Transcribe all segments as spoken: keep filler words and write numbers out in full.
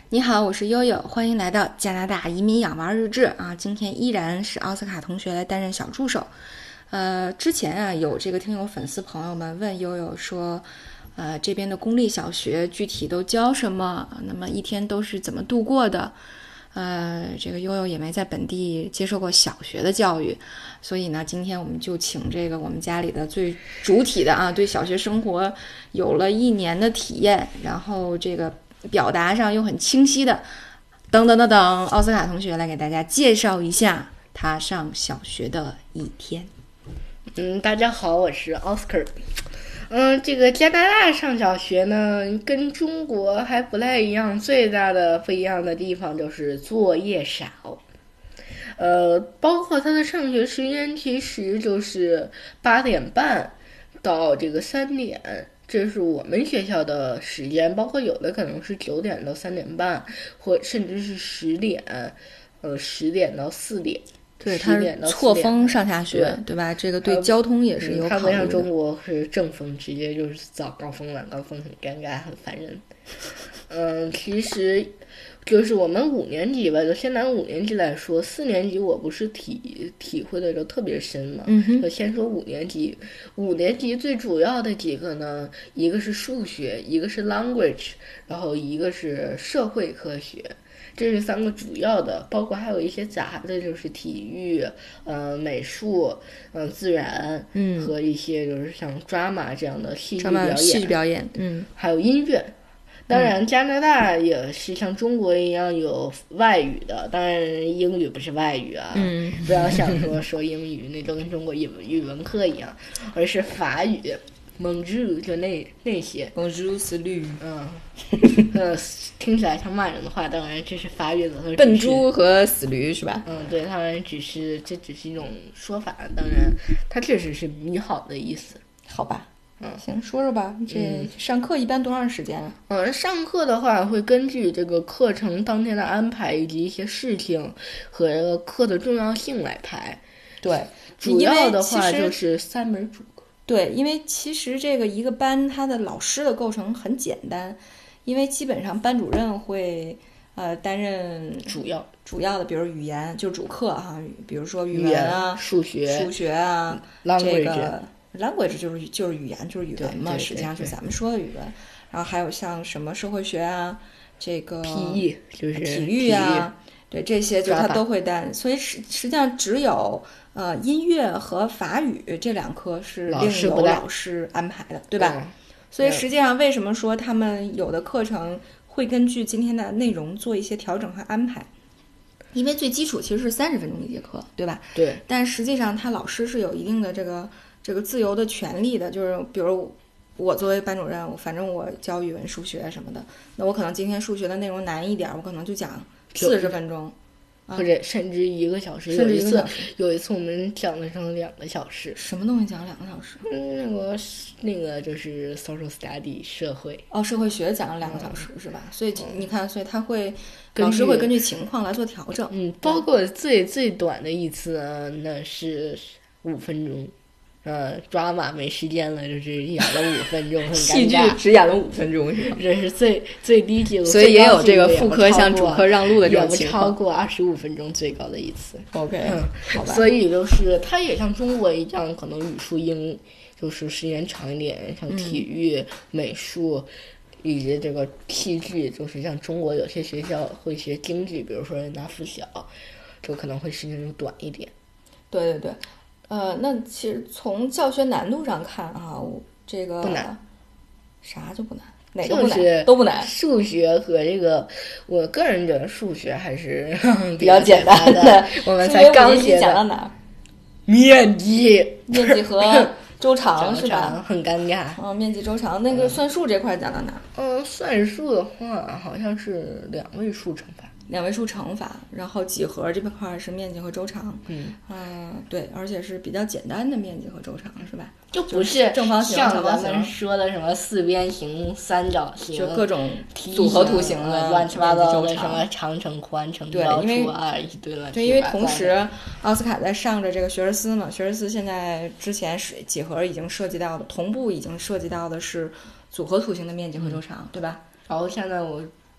你好，我是悠悠，欢迎来到加拿大移民养娃日志啊！今天依然是奥斯卡同学来担任小助手。呃，之前啊有这个听友粉丝朋友们问悠悠说，呃，这边的公立小学具体都教什么？那么一天都是怎么度过的？呃，这个悠悠也没在本地接受过小学的教育，所以呢，今天我们就请这个我们家里的最主体的啊，对小学生活有了一年的体验，然后这个表达上又很清晰的，等等等等，奥斯卡同学来给大家介绍一下他上小学的一天。 嗯，大家好，我是奥斯卡。嗯，这个加拿大上小学呢，跟中国还不太一样，最大的不一样的地方就是作业少。呃，包括他的上学时间其实就是八点半到这个三点，这是我们学校的时间，包括有的可能是九点到三点半，或甚至是十点，呃，十点到四点。 对，他是错峰上下学， 对, 对吧？这个对交通也是有考虑的。 他不像中国是正峰，直接就是早高峰、晚高峰，很尴尬，很烦人。嗯，其实就是我们五年级吧，就先拿五年级来说，四年级我不是体体会的就特别深嘛。 嗯哼。 就先说五年级，五年级最主要的几个呢，一个是数学，一个是 language， 然后一个是社会科学。这是三个主要的，包括还有一些杂的，就是体育、呃美术、呃自然， 嗯， 和一些就是像 drama 这样的戏剧表演， 戏剧表演，嗯， 还有音乐。当然，加拿大也是像中国一样有外语的，当然英语不是外语啊， 嗯， 不要想说说英语那都跟中国语语文课一样，而是法语。蒙住就那那些， 蒙住死驴， 嗯，呃，听起来像骂人的话，当然这是法语的。 笨猪和死驴是吧？ 嗯，对，当然只是这只是一种说法，当然它确实是你好的意思。 好吧， 嗯， 行，说说吧。这上课一般多长时间啊？ 嗯，上课的话会根据这个课程当天的安排以及一些事情和课的重要性来排。 对， 主要的话就是三门主。 对，因为其实这个一个班它的老师的构成很简单，因为基本上班主任会呃担任主要主要的，比如语言就主课哈、啊，比如说语文啊、 数学、 数学啊， language 这个 language 就是就是语言就是语文嘛， 对对对对， 实际上是咱们说的语文。然后还有像什么社会学啊，这个 P E 就是体育啊，对这些就他都会担，所以实实际上只有。呃，音乐和法语这两科是另有老师安排的，对吧？ 嗯、 所以实际上为什么说他们有的课程会根据今天的内容做一些调整和安排？因为最基础其实是三十分钟一节课，对吧？ 对。 但实际上他老师是有一定的这个这个自由的权利的，就是比如我作为班主任，我反正我教语文、数学什么的，那我可能今天数学的内容难一点，我可能就讲四十分钟。 或者甚至一个小时， 甚至一个小时。有一次我们讲了成两个小时。 什么东西讲两个小时？ 嗯，那个那个就是 social study 社会。 哦，社会学讲了两个小时、嗯、是吧？所以你看，所以他会老师会根据情况来做调整。 嗯，包括最最短的一次呢，那是五分钟。呃，抓马没时间了，就是演了五分钟，很尴尬。 戏剧只演了五分钟，是吧？ 这是最最低纪录， 所以也有这个副科向主科让路的这种情况， 超过二十五分钟最高的一次。 OK， 嗯， 好吧。 所以就是它也像中国一样，可能语数英就是时间长一点，像体育、嗯、美术以及这个戏剧，就是像中国有些学校会学京剧，比如说拿附小，就可能会时间就短一点。 对对对。呃，那其实从教学难度上看啊，这个不难， 啥就不难，哪个不难？ 就是都不难。 数学和这个，我个人觉得数学还是比较简单的。我们才刚学讲到哪儿？ 面积， 面积和周长是吧？ 很尴尬。 嗯、哦，面积周长，那个算术这块讲到哪儿？ 嗯，算术的话好像是两位数乘法。 两位数乘法，然后几何这块是面积和周长， 嗯， 呃，对，而且是比较简单的面积和周长，是吧？ 就不是正方形、 像咱们说的什么四边形、三角形， 就各种组合图形的乱七八糟的什么长乘、宽乘、标除二一堆乱七八糟。 对，因为同时奥斯卡在上着这个学而思嘛，学而思现在之前是几何已经涉及到的，同步已经涉及到的是组合图形的面积和周长， 嗯、 对吧？ 然后现在我。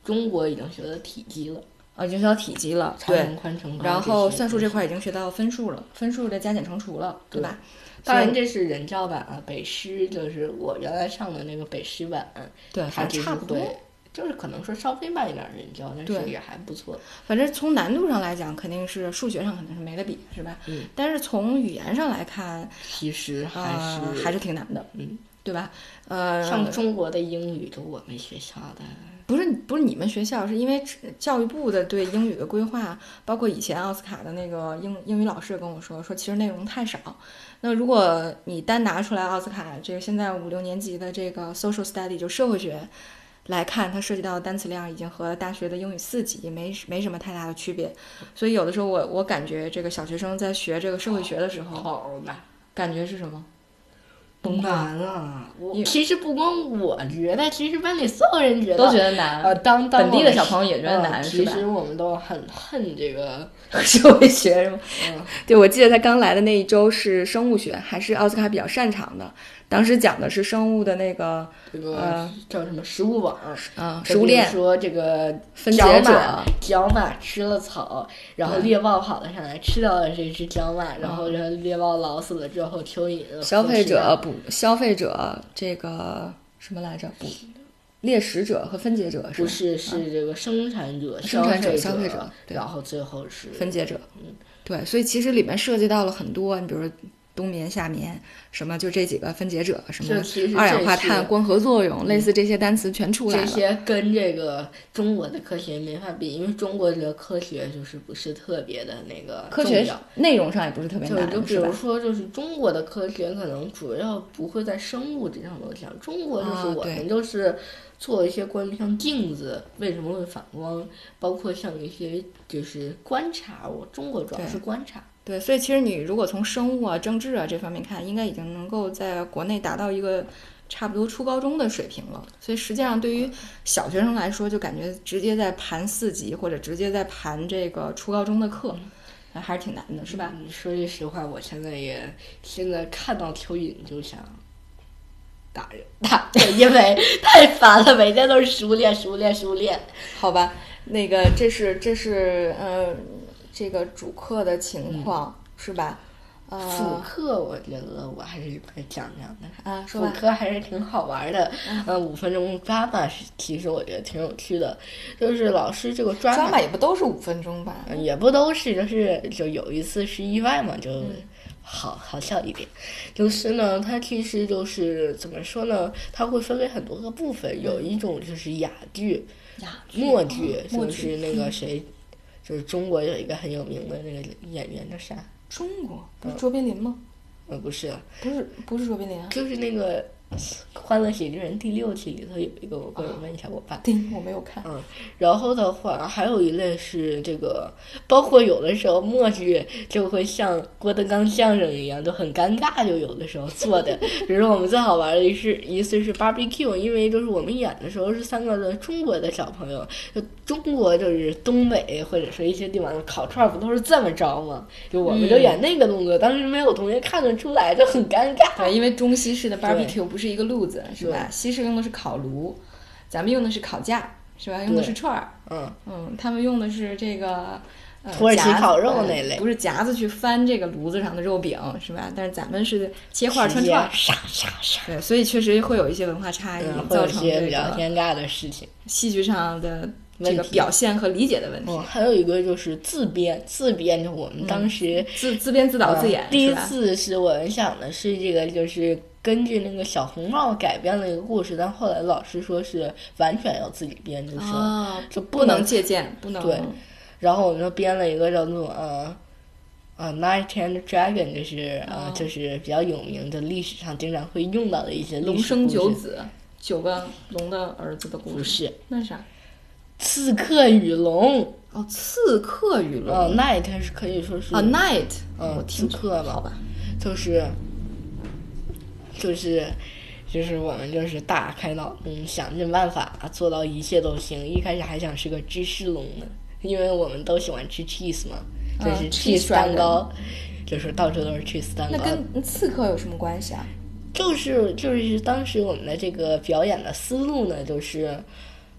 中国已经学到体积了。 啊，已经学到体积了， 长乘宽乘高， 然后算术这块已经学到分数了，分数的加减乘除了，对吧？ 当然这是人教版啊，北师就是我原来上的那个北师版， 对， 还差不多， 就是可能说稍微慢一点人教，但是也还不错。 反正从难度上来讲，肯定是数学上肯定是没得比，是吧？ 嗯。 但是从语言上来看， 其实还是、 呃、还是挺难的， 嗯， 对吧？呃， 像中国的英语，就我们学校的。 不是不是你们学校，是因为教育部的对英语的规划，包括以前奥斯卡的那个英英语老师跟我说，说其实内容太少。那如果你单拿出来奥斯卡这个现在五六年级的这个 social study 就社会学来看，它涉及到的单词量已经和大学的英语四级没没什么太大的区别。所以有的时候我我感觉这个小学生在学这个社会学的时候， 好难， 感觉是什么？ 崩难啊！我其实不光我觉得，其实班里所有人觉得都觉得难。 呃，当当本地的小朋友也觉得难， 呃、 是吧？ 其实我们都很恨这个社会学，是吗？ 嗯， 对，我记得他刚来的那一周是生物学，还是奥斯卡比较擅长的。当时讲的是生物的那个这个、呃、叫什么食物网啊，食物链。 说这个分解者， 角马吃了草，然后猎豹跑了上来吃掉了这只角马，然后这猎豹老死了之后，蚯蚓消费者捕消费者这个什么来着？捕猎食者和分解者是不是是这个生产者、 生产者、 消费者， 然后最后是分解者。 嗯， 对，所以其实里面涉及到了很多，你比如说。冬眠、夏眠，什么就这几个分解者，什么二氧化碳光合作用，类似这些单词全出来了。 这些跟这个中国的科学没法比，因为中国的科学就是不是特别的那个科学内容上也不是特别难。 就比如说，就是中国的科学可能主要不会在生物这上头讲，中国就是我们就是做一些关于像镜子为什么会反光，包括像一些就是观察，我中国主要是观察。 对，所以其实你如果从生物啊、政治啊这方面看，应该已经能够在国内达到一个差不多初高中的水平了。所以实际上对于小学生来说，就感觉直接在盘四级或者直接在盘这个初高中的课，嗯、还是挺难的，是吧？ 你说句实话，我现在也现在看到蚯蚓就想打人，打人，因为太烦了，每天都是食物链、食物链、食物链。 好吧，那个这是这是呃。这个主课的情况、嗯、是吧？呃， 辅课我觉得我还是可以讲讲的啊， 辅课还是挺好玩的。嗯，呃、五分钟抓马是其实我觉得挺有趣的，就是老师这个抓抓马也不都是五分钟吧？ 也不都是，就是就有一次是意外嘛，就好、嗯、好笑一点。就是呢，它其实就是怎么说呢？它会分为很多个部分，有一种就是哑剧、 哑剧默剧， 哦、 就是那个谁。嗯就是中国有一个很有名的那个演员叫啥？ 中国不是卓别林吗？ 呃，不是， 不是不是卓别林啊， 就是那个《欢乐喜剧人》第六期里头有一个，我过去问一下我爸。 对，我没有看。 嗯，然后的话，还有一类是这个，包括有的时候默剧就会像郭德纲相声一样，都很尴尬，就有的时候做的。比如说我们最好玩的一是一次是 barbecue， 因为就是我们演的时候是三个的中国的小朋友，就中国就是东北或者说一些地方烤串不都是这么着吗？就我们就演那个动作，嗯、当时没有同学看得出来，就很尴尬。 对，因为中西式的 barbecue 不是一个路子，是吧？西式用的是烤炉，咱们用的是烤架，是吧？用的是串儿。 嗯嗯，他们用的是这个呃土耳其烤肉那类， 不是夹子去翻这个炉子上的肉饼，是吧？但是咱们是切块串串， 杀杀杀。 对，所以确实会有一些文化差异， 嗯、 造成这个比较尴尬的事情， 戏剧上的这个表现和理解的问题。 嗯，还有一个就是自编，自编就我们当时、 嗯、自自编自导自演、 呃。第一次是我们想的是这个，就是根据那个小红帽改编的一个故事，但后来老师说是完全要自己编，就是、 哦、 就不能借鉴，不能对。然后我们就编了一个叫做呃呃 Knight and Dragon， 就是呃、哦、就是比较有名的历史上经常会用到的一些龙生九子，九个龙的儿子的故事。 不是， 那是啥？ 刺客与龙。 哦，刺客与龙。 哦 ，Knight 是可以说是啊 ，Knight， 嗯， 我听刺客吧， 好吧， 就是就是就是我们就是大开脑洞，想尽办法做到一切都行。一开始还想是个芝士龙呢，因为我们都喜欢吃 cheese 嘛，就是 cheese 蛋糕，就是到处都是 cheese 蛋糕。 那跟刺客有什么关系啊？ 就是就是当时我们的这个表演的思路呢，就是。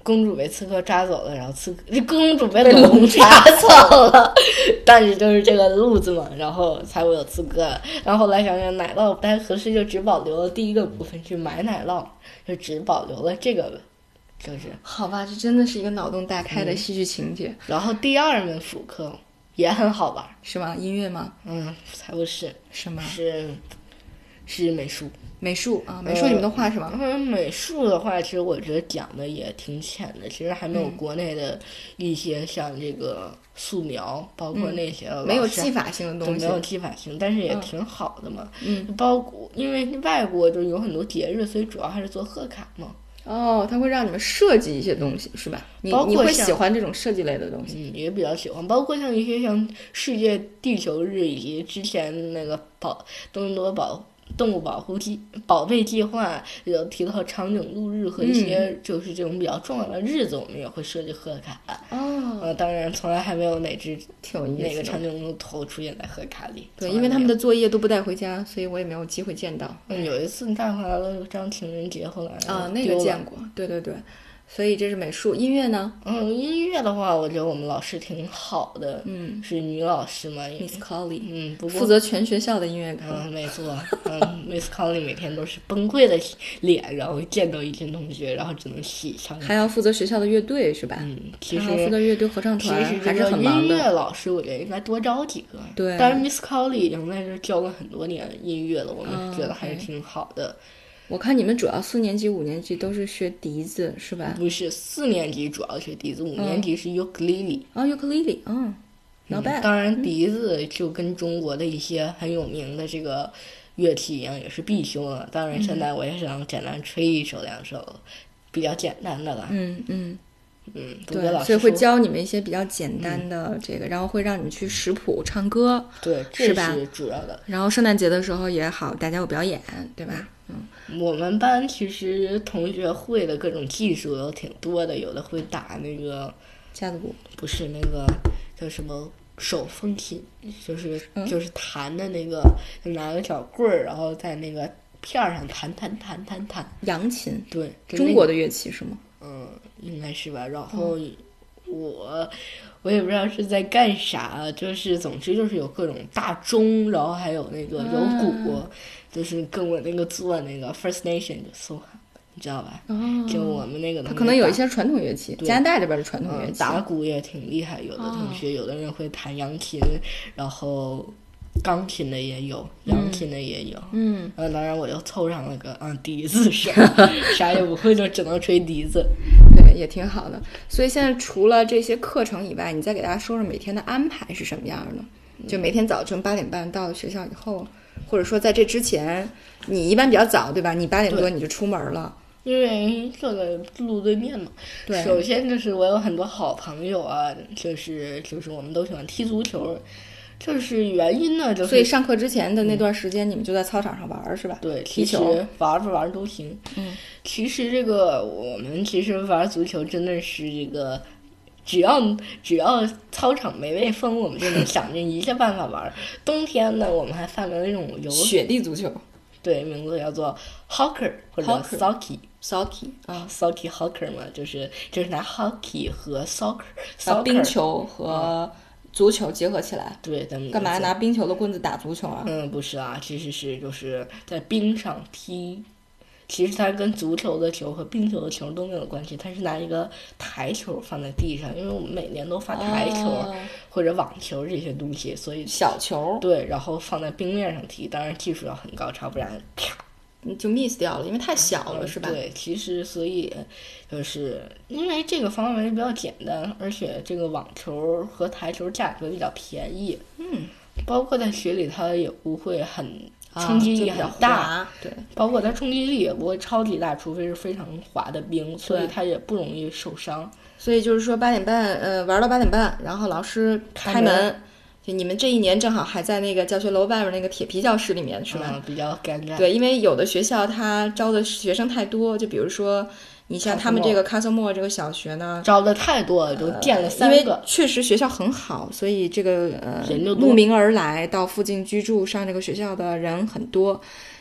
公主被刺客抓走了，然后刺客公主被龙抓走了，但是就是这个路子嘛，然后才会有刺客。然后后来想想奶酪不太合适，就只保留了第一个部分去买奶酪，就只保留了这个，就是好吧，这真的是一个脑洞大开的戏剧情节。 嗯、然后第二门辅课也很好玩， 是吗？音乐吗？ 嗯，才不是， 是吗？ 是是美术。 美术啊，美术你们都画什么？ 嗯，美术的话，其实我觉得讲的也挺浅的，其实还没有国内的一些像这个素描，嗯、包括那些、 嗯、没有技法性的东西， 没有技法性，但是也挺好的嘛。 嗯， 包括因为外国就有很多节日，所以主要还是做贺卡嘛。 哦，他会让你们设计一些东西，是吧？你你会喜欢这种设计类的东西？ 嗯，也比较喜欢，包括像一些像世界地球日以及之前那个保多伦多保。动物保护计宝贝计划有提到长颈鹿日和一些就是这种比较重要的日子，我们也会设计贺卡。 哦， 呃，当然从来还没有哪只挺有意思哪个长颈鹿头出现在贺卡里。 对，因为他们的作业都不带回家，所以我也没有机会见到。 嗯，有一次带回来了有张情人节，后来啊，那个见过。对对对。所以这是美术，音乐呢？ 嗯，音乐的话，我觉得我们老师挺好的， 嗯， 是女老师嘛 ，Miss Colly， 嗯，不过负责全学校的音乐课。 嗯，没错，嗯，Miss Colly 每天都是崩溃的脸，然后见到一群同学，然后只能洗唱。 还要负责学校的乐队是吧？ 嗯，其实负责乐队合唱团， 其实还是很忙的。 音乐老师我觉得应该多招几个。 对， 但是 Miss Colly 已经在这教了很多年音乐了，我们觉得还是挺好的。 嗯我看你们主要四年级、五年级都是学笛子，是吧？ 不是，四年级主要学笛子，五年级是尤克里里。 哦，尤克里里，嗯 ，not bad。 当然，笛子就跟中国的一些很有名的这个乐器一样，也是必修的。当然，现在我也想简单吹一首两首，比较简单的了。 嗯嗯嗯， 对，所以会教你们一些比较简单的这个，然后会让你们去识谱、唱歌， 对， 是吧？ 这是主要的。 然后圣诞节的时候也好，大家有表演，对吧？ 嗯，我们班其实同学会的各种技术有挺多的，有的会打那个架子鼓， 不是那个叫什么手风琴，就是、 嗯、 就是弹的那个，拿个小棍儿，然后在那个片儿上弹弹弹弹弹。 扬琴， 对， 中国的乐器是吗？ 嗯，应该是吧。然后我、嗯、我也不知道是在干啥，就是总之就是有各种大钟，然后还有那个有鼓。啊，就是跟我那个做那个 First Nation 就 so 你知道吧？ 哦， 就我们那个他可能有一些传统乐器，加拿大这边的传统乐器， 嗯、打鼓也挺厉害。有的同学，哦、有的人会弹扬琴，然后钢琴的也有，扬琴的也有。 嗯， 嗯，当然我又凑上了个嗯笛子手，啥也不会，就只能吹笛子。 对，也挺好的。所以现在除了这些课程以外，你再给大家说说每天的安排是什么样的？就每天早晨八点半到了学校以后。或者说在这之前，你一般比较早，对吧？你八点多你就出门了， 因为这个路对面嘛。 对， 首先就是我有很多好朋友啊，就是就是我们都喜欢踢足球，就是原因呢，就是所以上课之前的那段时间，你们就在操场上玩，是吧？ 对， 踢球玩不玩都行。 嗯， 其实这个我们其实玩足球真的是这个。只要只要操场没被封，我们就能想尽一切办法玩。冬天呢，我们还犯了那种游雪地足球， 对，名字叫做 hockey 或者 soccer，soccer 啊 ，soccer hockey 嘛，就是就是拿 hockey 和 soccer， 把冰球和足球结合起来。 嗯、对，咱们干嘛拿冰球的棍子打足球啊？ 嗯，不是啊，其实是就是在冰上踢。其实它跟足球的球和冰球的球都没有关系，它是拿一个台球放在地上，因为我们每年都发台球、 哦、 或者网球这些东西，所以小球对，然后放在冰面上踢，当然技术要很高超，不然啪就 miss 掉了，因为太小了、 嗯、 是吧？ 对，其实所以就是因为这个方面比较简单，而且这个网球和台球价格比较便宜， 嗯， 包括在雪里它也不会很。冲击力很大、 啊，对， 包括它冲击力也不会超级大，除非是非常滑的冰，所以它也不容易受伤。 所以就是说八点半，呃，玩到八点半，然后老师开门， 开门就你们这一年正好还在那个教学楼外面那个铁皮教室里面，是吧？ 嗯，比较尴尬。 对，因为有的学校它招的学生太多，就比如说。你像他们这个卡索莫这个小学呢， 招的太多了，就建了三个、呃。因为确实学校很好，所以这个呃慕名而来到附近居住上这个学校的人很多。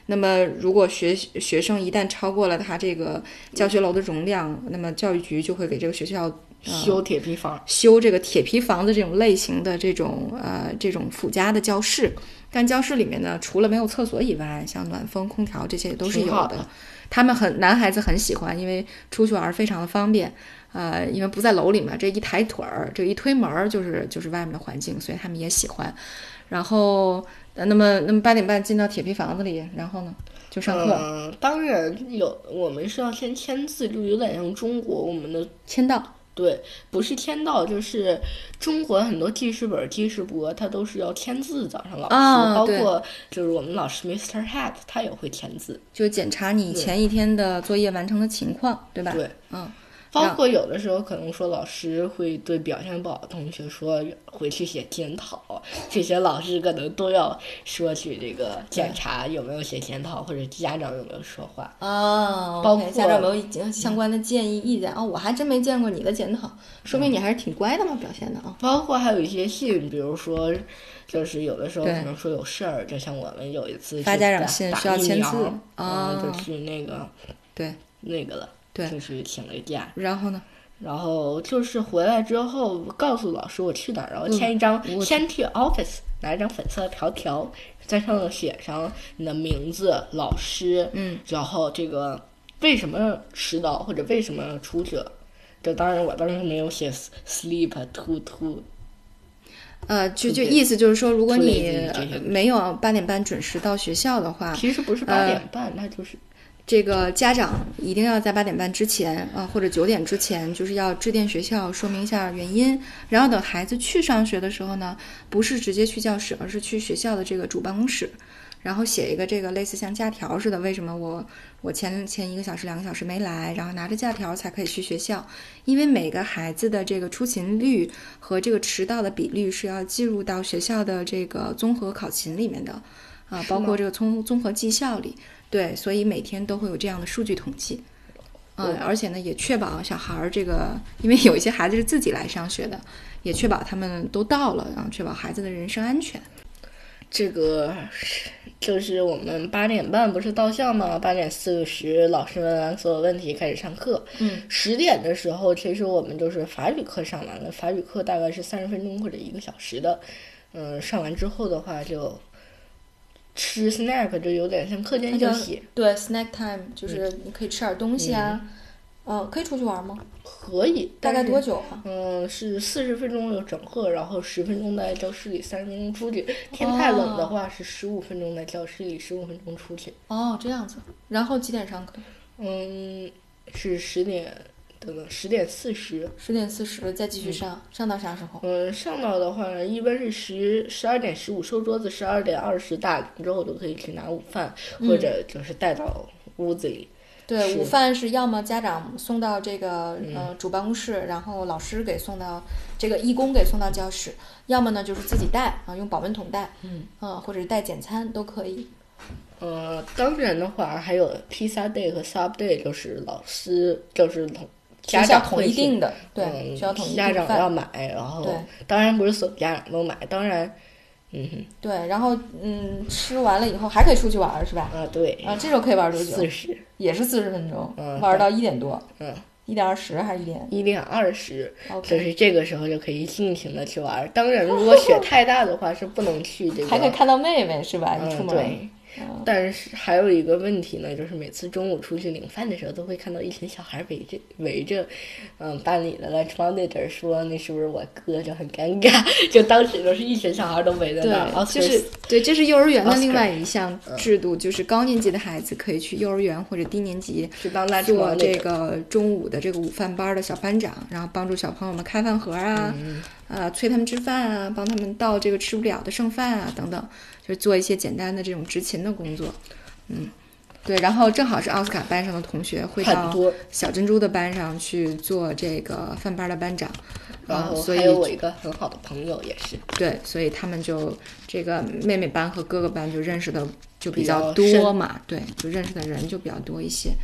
那么如果学学生一旦超过了他这个教学楼的容量，那么教育局就会给这个学校、呃、 修铁皮房， 修这个铁皮房子这种类型的这种呃这种附加的教室。但教室里面呢，除了没有厕所以外，像暖风、空调这些也都是有的。 的他们很男孩子很喜欢，因为出去玩非常的方便。呃，因为不在楼里嘛，这一抬腿儿，这一推门就是就是外面的环境，所以他们也喜欢。然后，呃、那么那么八点半进到铁皮房子里，然后呢就上课。 嗯，当然有，我们是要先签字，就有点像中国我们的签到。 对，不是签到，就是中国很多记事本、记事簿，它都是要签字。早上老师， 啊、 包括就是我们老师 mister Hat， 他也会签字， 就检查你前一天的作业完成的情况，对吧？ 对， 嗯。 包括有的时候可能说老师会对表现不好的同学说回去写检讨，这些老师可能都要说去这个检查有没有写检讨，或者家长有没有说话哦，包括家长有没有相关的建议意见啊、哦？我还真没见过你的检讨，说明你还是挺乖的嘛，表现的啊。 包括还有一些信，比如说就是有的时候可能说有事儿，就像我们有一次发家长信需要签字啊、嗯，就是那个对那个了。 对， 就是请了假， 然后呢？ 然后就是回来之后告诉老师我去哪儿，然后签一张， 嗯、 先去 office 拿一张粉色的条条，在上面写上你的名字、老师， 嗯， 然后这个为什么迟到或者为什么出去了。这当然我当时没有写 sleep to to。 呃，就就意思就是说，如果你没有八点半准时到学校的话， 其实不是八点半，那、呃、就是。 这个家长一定要在八点半之前啊、呃，或者九点之前，就是要致电学校说明一下原因。然后等孩子去上学的时候呢，不是直接去教室，而是去学校的这个主办公室，然后写一个这个类似像假条似的，为什么我我前前一个小时、两个小时没来，然后拿着假条才可以去学校。因为每个孩子的这个出勤率和这个迟到的比率是要计入到学校的这个综合考勤里面的啊、呃，包括这个综综合绩效里。对，所以每天都会有这样的数据统计，嗯，而且呢，也确保小孩儿这个，因为有一些孩子是自己来上学的，也确保他们都到了，然后确保孩子的人身安全。 这个就是我们八点半不是到校吗？八点四十，老师问完所有问题开始上课。 嗯， 十点的时候，其实我们就是法语课上完了，法语课大概是三十分钟或者一个小时的。嗯，上完之后的话就。吃 snack 就有点像课间休息， 对 snack time 就是你可以吃点东西啊，嗯、呃，可以出去玩吗？ 可以， 大概多久啊？ 嗯，是四十分钟有整课，然后十分钟在教室里，三十分钟出去。天太冷的话是十五分钟在教室里，十五分钟出去。 哦，这样子。然后几点上课？ 嗯，是十点。等等，十点四十， 十点四十再继续上、嗯，上到啥时候？ 嗯，上到的话一般是十十二点十五收桌子，十二点二十打铃之后都可以去拿午饭、嗯，或者就是带到屋子里。 对，午饭是要么家长送到这个、嗯、呃主办公室，然后老师给送到这个义工给送到教室，要么呢就是自己带啊，用保温桶带， 嗯， 啊、呃、或者带简餐都可以。 呃，当然的话还有披萨 day 和 sub day， 就是老师就是同。家长统一定的，对， 嗯、 学校统一家长要买，然后当然不是所有家长都买，当然，嗯哼， 对，然后嗯，吃完了以后还可以出去玩，是吧？ 啊，对， 啊，这时候可以玩多久？ 四十， 也是四十分钟， 嗯， 玩到一点多， 嗯， 一点二十还是一点？ 一点二十， okay. 就是这个时候就可以尽情的去玩。当然，如果雪太大的话是不能去这个， 还可以看到妹妹，是吧？ 嗯、 一出门。 对。但是还有一个问题呢，就是每次中午出去领饭的时候，都会看到一群小孩围着围着，嗯，班里的 lunch monitor 说那是不是我哥，就很尴尬。就当时都是一群小孩都围在那儿。 对，就是对，这是幼儿园的另外一项制度，就是高年级的孩子可以去幼儿园或者低年级做这个中午的这个午饭班的小班长，然后帮助小朋友们开饭盒啊， 嗯、 呃，催他们吃饭啊，帮他们倒这个吃不了的剩饭啊等等。就是做一些简单的这种执勤的工作，嗯，对，然后正好是奥斯卡班上的同学会到小珍珠的班上去做这个饭班的班长， 然后还有我一个很好的朋友也是， 对，所以他们就这个妹妹班和哥哥班就认识的就比较多嘛，对，就认识的人就比较多一些。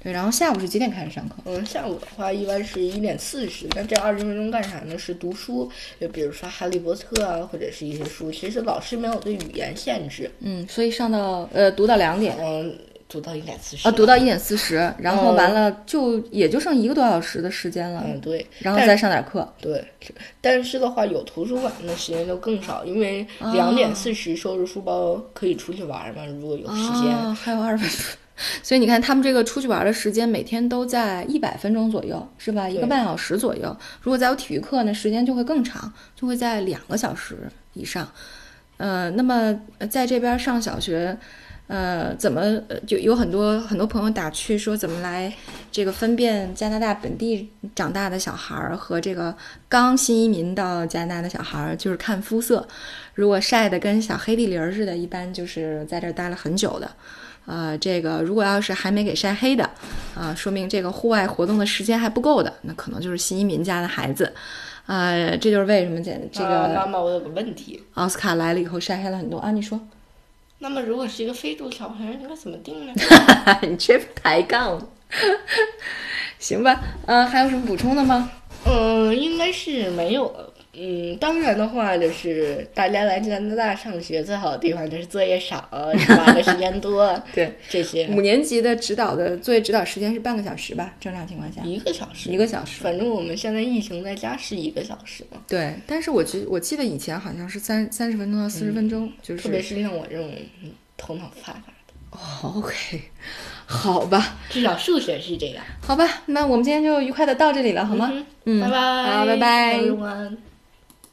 对，然后下午是几点开始上课？ 嗯，下午的话一般是一点四十，那这二十分钟干啥呢？是读书，就比如说《哈利波特》啊，或者是一些书。其实老师没有对语言限制。 嗯，所以上到呃读到两点。 嗯。读到一点四十啊，读到一点四十，然后完了就也就剩一个多小时的时间了。 嗯，对， 然后再上点课。 对，但是的话有图书馆的时间就更少，因为两点四十收拾书包可以出去玩嘛，如果有时间。 哦，还有二十分钟。所以你看他们这个出去玩的时间每天都在一百分钟左右，是吧？一个半小时左右。如果再有体育课呢，时间就会更长，就会在两个小时以上。呃，那么在这边上小学。呃，怎么就有很多很多朋友打趣说，怎么来这个分辨加拿大本地长大的小孩和这个刚新移民到加拿大的小孩，就是看肤色。如果晒得跟小黑地梨似的，一般就是在这儿待了很久的。呃，这个如果要是还没给晒黑的，啊、呃，说明这个户外活动的时间还不够的，那可能就是新移民家的孩子。呃，这就是为什么这这个、 啊、妈妈，我有个问题， 奥斯卡来了以后晒黑了很多啊，你说。 那么，如果是一个非洲小孩，应该怎么定呢？ 你这抬杠，行吧？呃，还有什么补充的吗？ 嗯，应该是没有了。嗯，当然的话，就是大家来加拿大上学最好的地方就是作业少，玩的时间多。 对， 这些五年级的指导的作业指导时间是半个小时吧？正常情况下， 一个小时， 一个小时。 反正我们现在疫情在家是一个小时嘛。 对，但是我记我记得以前好像是三三十分钟到四十分钟，嗯、就是特别是像我这种头脑发达的。 哦 OK， 好吧， 至少数学是这样。 好吧，那我们今天就愉快的到这里了，好吗？ 嗯，嗯拜拜， 好，拜拜。 everyone。